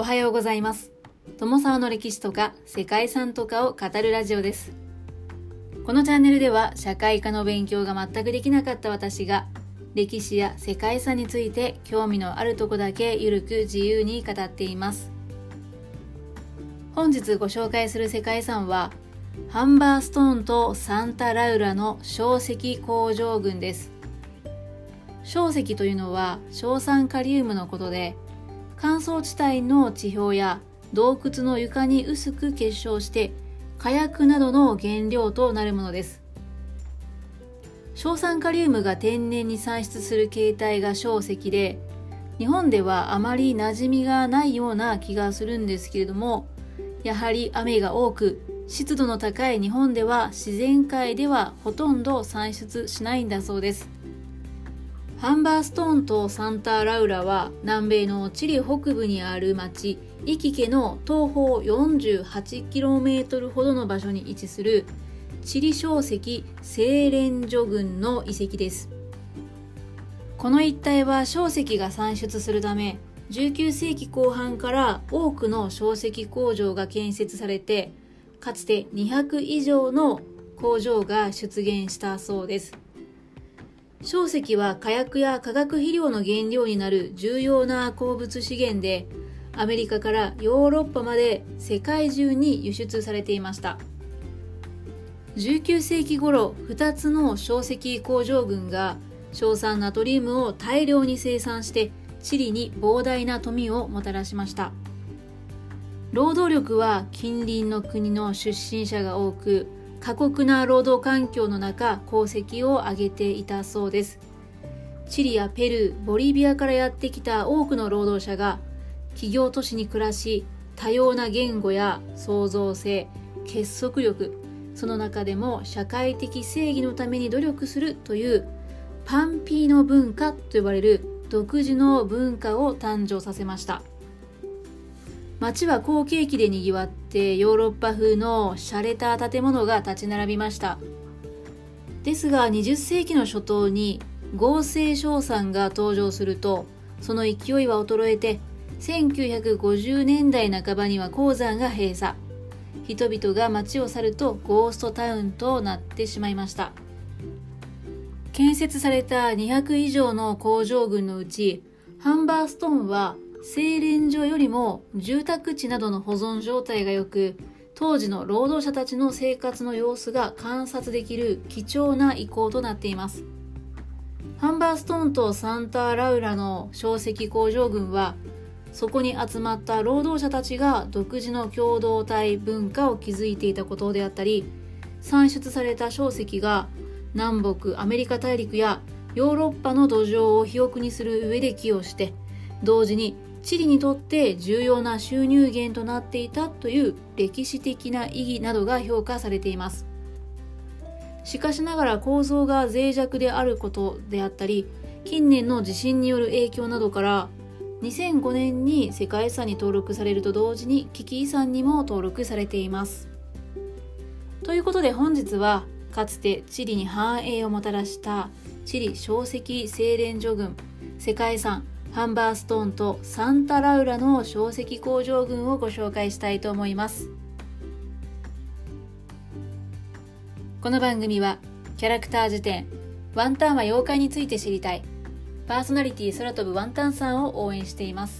おはようございます。友沢の歴史とか世界遺産とかを語るラジオです。このチャンネルでは社会科の勉強が全くできなかった私が歴史や世界遺産について興味のあるとこだけゆるく自由に語っています。本日ご紹介する世界遺産はハンバーストーンとサンタラウラの小石工場群です。小石というのは硝酸カリウムのことで、乾燥地帯の地表や洞窟の床に薄く結晶して火薬などの原料となるものです。硝酸カリウムが天然に産出する形態が小石で、日本ではあまり馴染みがないような気がするんですけれども、やはり雨が多く湿度の高い日本では自然界ではほとんど産出しないんだそうです。ハンバーストーンとサンタラウラは南米のチリ北部にある町イキケの東方 48km ほどの場所に位置するチリ小石精錬所群の遺跡です。この一帯は小石が産出するため、19世紀後半から多くの小石工場が建設されて、かつて200以上の工場が出現したそうです。小石は火薬や化学肥料の原料になる重要な鉱物資源で、アメリカからヨーロッパまで世界中に輸出されていました。19世紀頃、2つの小石工場群が硝酸ナトリウムを大量に生産してチリに膨大な富をもたらしました。労働力は近隣の国の出身者が多く、過酷な労働環境の中、功績を上げていたそうです。チリやペルー、ボリビアからやってきた多くの労働者が企業都市に暮らし、多様な言語や創造性、結束力、その中でも社会的正義のために努力するというパンピーノ文化と呼ばれる独自の文化を誕生させました。街は好景気でにぎわってヨーロッパ風の洒落た建物が立ち並びました。ですが20世紀の初頭に合成硝酸が登場すると、その勢いは衰えて1950年代半ばには鉱山が閉鎖。人々が街を去るとゴーストタウンとなってしまいました。建設された200以上の工場群のうち、ハンバーストーンは精錬所よりも住宅地などの保存状態が良く、当時の労働者たちの生活の様子が観察できる貴重な遺構となっています。ハンバーストーンとサンタラウラの小石工場群は、そこに集まった労働者たちが独自の共同体文化を築いていたことであったり、産出された小石が南北アメリカ大陸やヨーロッパの土壌を肥沃にする上で寄与して、同時にチリにとって重要な収入源となっていたという歴史的な意義などが評価されています。しかしながら構造が脆弱であることであったり、近年の地震による影響などから2005年に世界遺産に登録されると同時に危機遺産にも登録されています。ということで本日は、かつてチリに繁栄をもたらしたチリ小石精錬所群世界遺産ハンバーストーンとサンタラウラの小石工場群をご紹介したいと思います。この番組はキャラクター辞典、ワンタンは妖怪について知りたい、パーソナリティ空飛ぶワンタンさんを応援しています。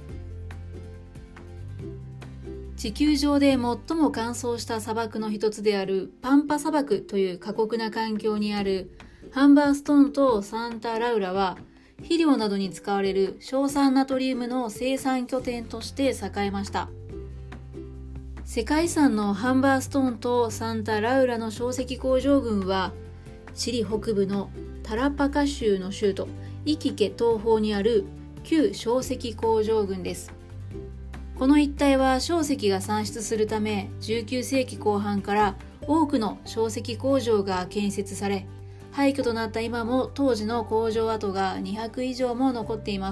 地球上で最も乾燥した砂漠の一つであるパンパ砂漠という過酷な環境にあるハンバーストーンとサンタラウラは、肥料などに使われる硝酸ナトリウムの生産拠点として栄えました。世界遺産のハンバーストーンとサンタラウラの小石工場群は、チリ北部のタラパカ州の州都イキケ東方にある旧小石工場群です。この一帯は小石が産出するため、19世紀後半から多くの小石工場が建設され、廃墟となった今も当時の工場跡が200以上も残っています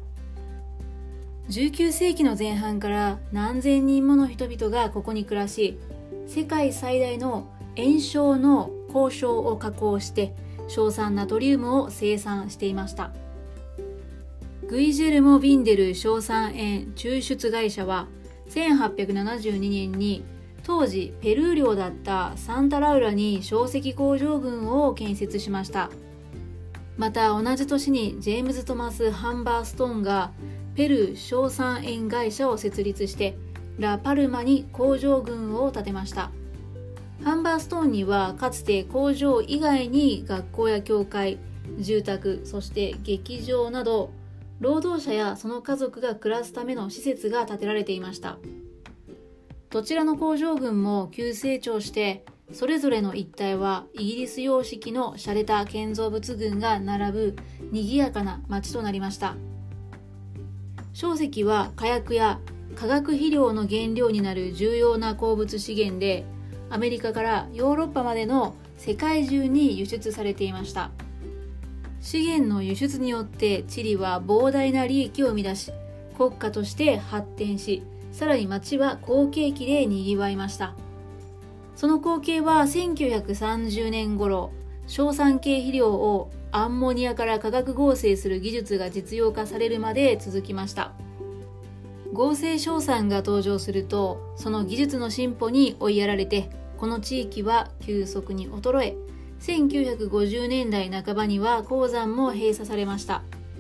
。19世紀の前半から何千人もの人々がここに暮らし、世界最大の塩硝の鉱床を加工して硝酸ナトリウムを生産していました。 グイジェルモ・ビンデル硝酸塩抽出会社は1872年に当時ペルー領だったサンタラウラに硝石工場群を建設しました。また同じ年にジェームズ・トマス・ハンバーストーンがペルー硝酸塩会社を設立してラ・パルマに工場群を建てました。ハンバーストーンにはかつて工場以外に学校や教会、住宅、そして劇場など労働者やその家族が暮らすための施設が建てられていました。どちらの工場群も急成長して、それぞれの一帯はイギリス様式の洒落た建造物群が並ぶ賑やかな街となりました。硝石は火薬や化学肥料の原料になる重要な鉱物資源で、アメリカからヨーロッパまでの世界中に輸出されていました。資源の輸出によってチリは膨大な利益を生み出し、国家として発展し、さらに町は好景気で賑わいました。その光景は1930年頃、硝酸系肥料をアンモニアから化学合成する技術が実用化されるまで続きました。合成硝酸が登場すると、その技術の進歩に追いやられて、この地域は急速に衰え、1950年代半ばには鉱山も閉鎖されました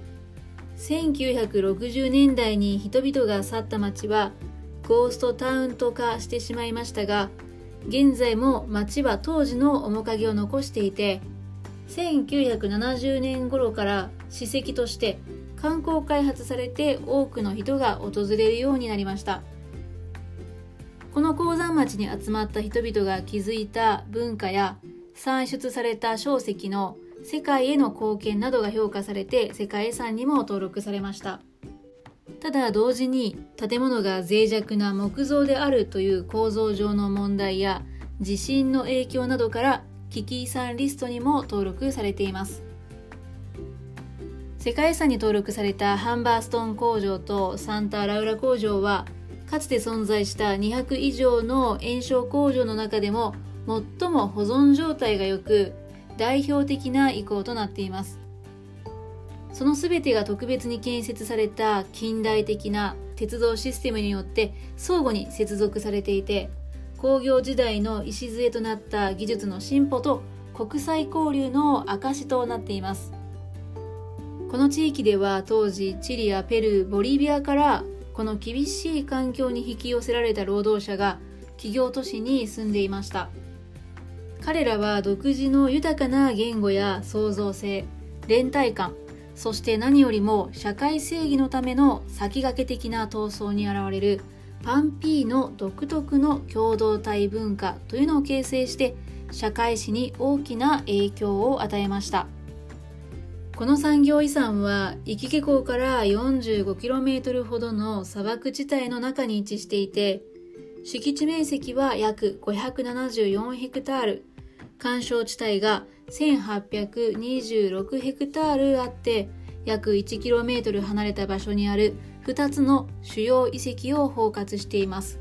。1960年代に人々が去った町はゴーストタウンと化してしまいましたが、現在も町は当時の面影を残していて、1970年頃から史跡として観光開発されて多くの人が訪れるようになりました。この鉱山町に集まった人々が築いた文化や産出された硝石の世界への貢献などが評価されて世界遺産にも登録されました。ただ同時に建物が脆弱な木造であるという構造上の問題や地震の影響などから危機遺産リストにも登録されています。世界遺産に登録されたハンバーストーン工場とサンタラウラ工場はかつて存在した200以上の塩硝工場の中でも最も保存状態が良く代表的な遺構となっています。その全てが特別に建設された近代的な鉄道システムによって相互に接続されていて、工業時代の礎となった技術の進歩と国際交流の証となっています。この地域では当時チリやペルー、ボリビアからこの厳しい環境に引き寄せられた労働者が企業都市に住んでいました。彼らは独自の豊かな言語や創造性、連帯感、そして何よりも社会正義のための先駆け的な闘争に現れるパンピーの独特の共同体文化というのを形成して社会史に大きな影響を与えました。この産業遺産はイキケ港から 45km ほどの砂漠地帯の中に位置していて、敷地面積は約574ヘクタール、干渉地帯が1826ヘクタールあって、約 1km 離れた場所にある2つの主要遺跡を包括しています。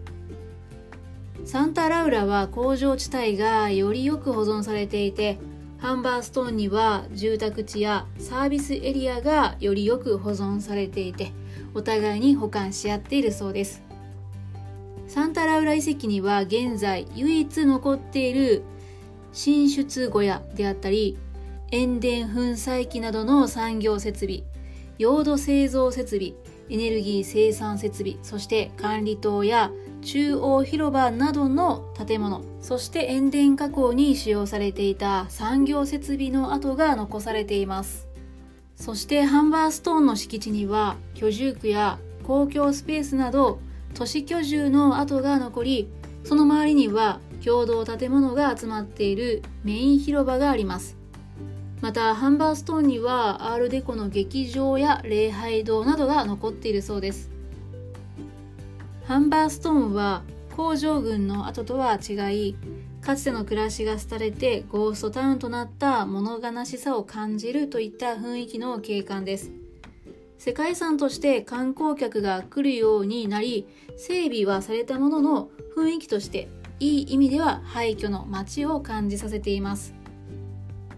サンタラウラは工場地帯がよりよく保存されていて、ハンバーストーンには住宅地やサービスエリアがよりよく保存されていて、お互いに補完し合っているそうです。サンタラウラ遺跡には現在唯一残っている進出小屋であったり、塩田粉砕機などの産業設備、用土製造設備、エネルギー生産設備、そして管理棟や中央広場などの建物、そして塩田加工に使用されていた産業設備の跡が残されています。そしてハンバーストーンの敷地には居住区や公共スペースなど都市居住の跡が残り、その周りには共同建物が集まっているメイン広場があります。またハンバーストーンにはアールデコの劇場や礼拝堂などが残っているそうです。ハンバーストーンは工場群の跡とは違い、かつての暮らしが廃れてゴーストタウンとなった物悲しさを感じるといった雰囲気の景観です。世界遺産として観光客が来るようになり、整備はされたものの雰囲気としていい意味では廃墟の街を感じさせています。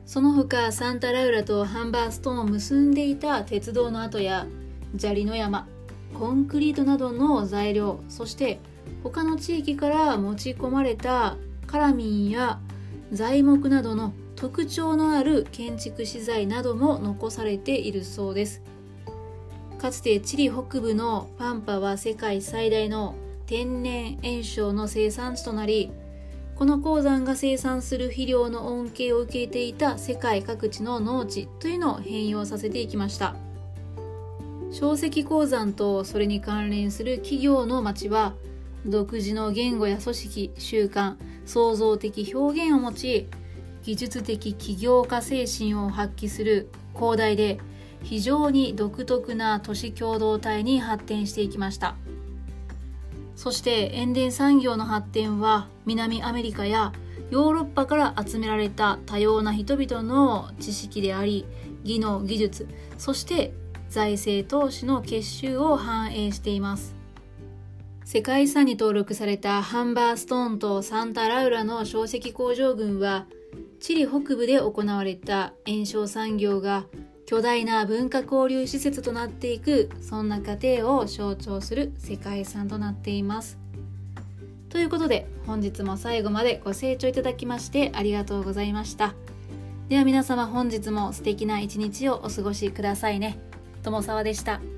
その他サンタラウラとハンバーストーンを結んでいた鉄道の跡や砂利の山、コンクリートなどの材料、そして他の地域から持ち込まれたカラミンや材木などの特徴のある建築資材なども残されているそうです。かつてチリ北部のパンパは世界最大の天然塩礁の生産地となり、この鉱山が生産する肥料の恩恵を受けていた世界各地の農地というのを変容させていきました。硝石鉱山とそれに関連する企業の町は独自の言語や組織、習慣、創造的表現を持ち、技術的起業家精神を発揮する広大で非常に独特な都市共同体に発展していきました。そして塩田産業の発展は南アメリカやヨーロッパから集められた多様な人々の知識であり、技能、技術、そして財政投資の結集を反映しています。世界遺産に登録されたハンバーストーンとサンタラウラの硝石工場群は、チリ北部で行われた塩礁産業が巨大な文化交流施設となっていく、そんな過程を象徴する世界遺産となっています。ということで、本日も最後までご清聴いただきましてありがとうございました。では皆様、本日も素敵な一日をお過ごしくださいね。友沢でした。